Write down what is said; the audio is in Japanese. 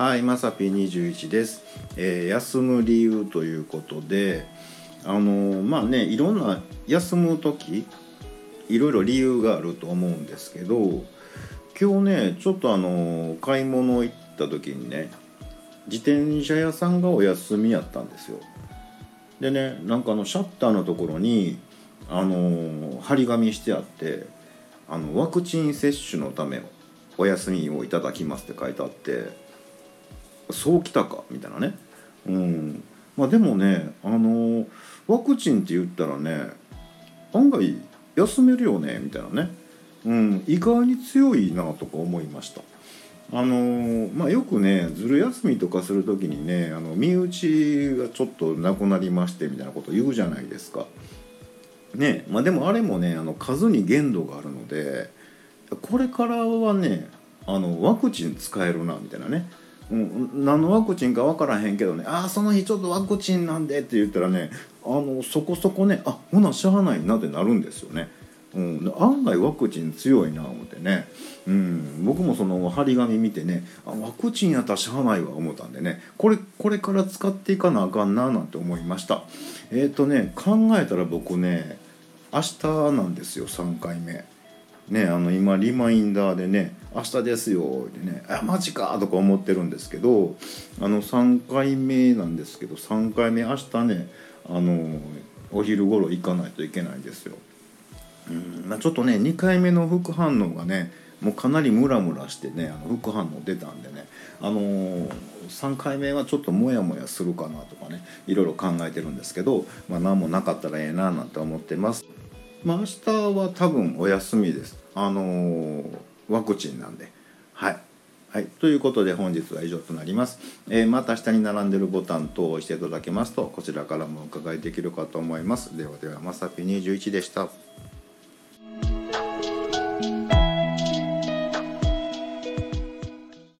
はい、まさぴ21です。休む理由ということで、いろんな休む時いろいろ理由があると思うんですけど、今日ねちょっと買い物行った時にね、自転車屋さんがお休みやったんですよ。でね、なんかシャッターのところに張り紙してあって、ワクチン接種のためお休みをいただきますって書いてあって、そうきたかみたいなね。でもね、ワクチンって言ったらね、案外休めるよねみたいなね。意外に強いなとか思いました。よくね、ずる休みとかする時にね、身内がちょっとなくなりましてみたいなこと言うじゃないですかね。でもあれもね、数に限度があるので、これからはね、ワクチン使えるなみたいなね。何のワクチンか分からへんけどね、その日ちょっとワクチンなんでって言ったらね、そこそこね、ほなしゃあないなってなるんですよね。案外ワクチン強いな思ってね。僕もその張り紙見てね、ワクチンやったらしゃあないわ思ったんでね、これから使っていかなあかんななんて思いました。考えたら僕ね、明日なんですよ、3回目ね。今リマインダーでね、明日ですよってね、マジかとか思ってるんですけど、3回目なんですけど、3回目明日ね、お昼頃行かないといけないんですよ。ちょっとね、2回目の副反応がね、もうかなりムラムラしてね、副反応出たんでね、3回目はちょっとモヤモヤするかなとかね、いろいろ考えてるんですけど、何もなかったらええななんて思ってます。明日は多分お休みです。ワクチンなんで。はい、ということで本日は以上となります。また下に並んでるボタン等を押していただけますと、こちらからもお伺いできるかと思います。ではまさぴ21でした。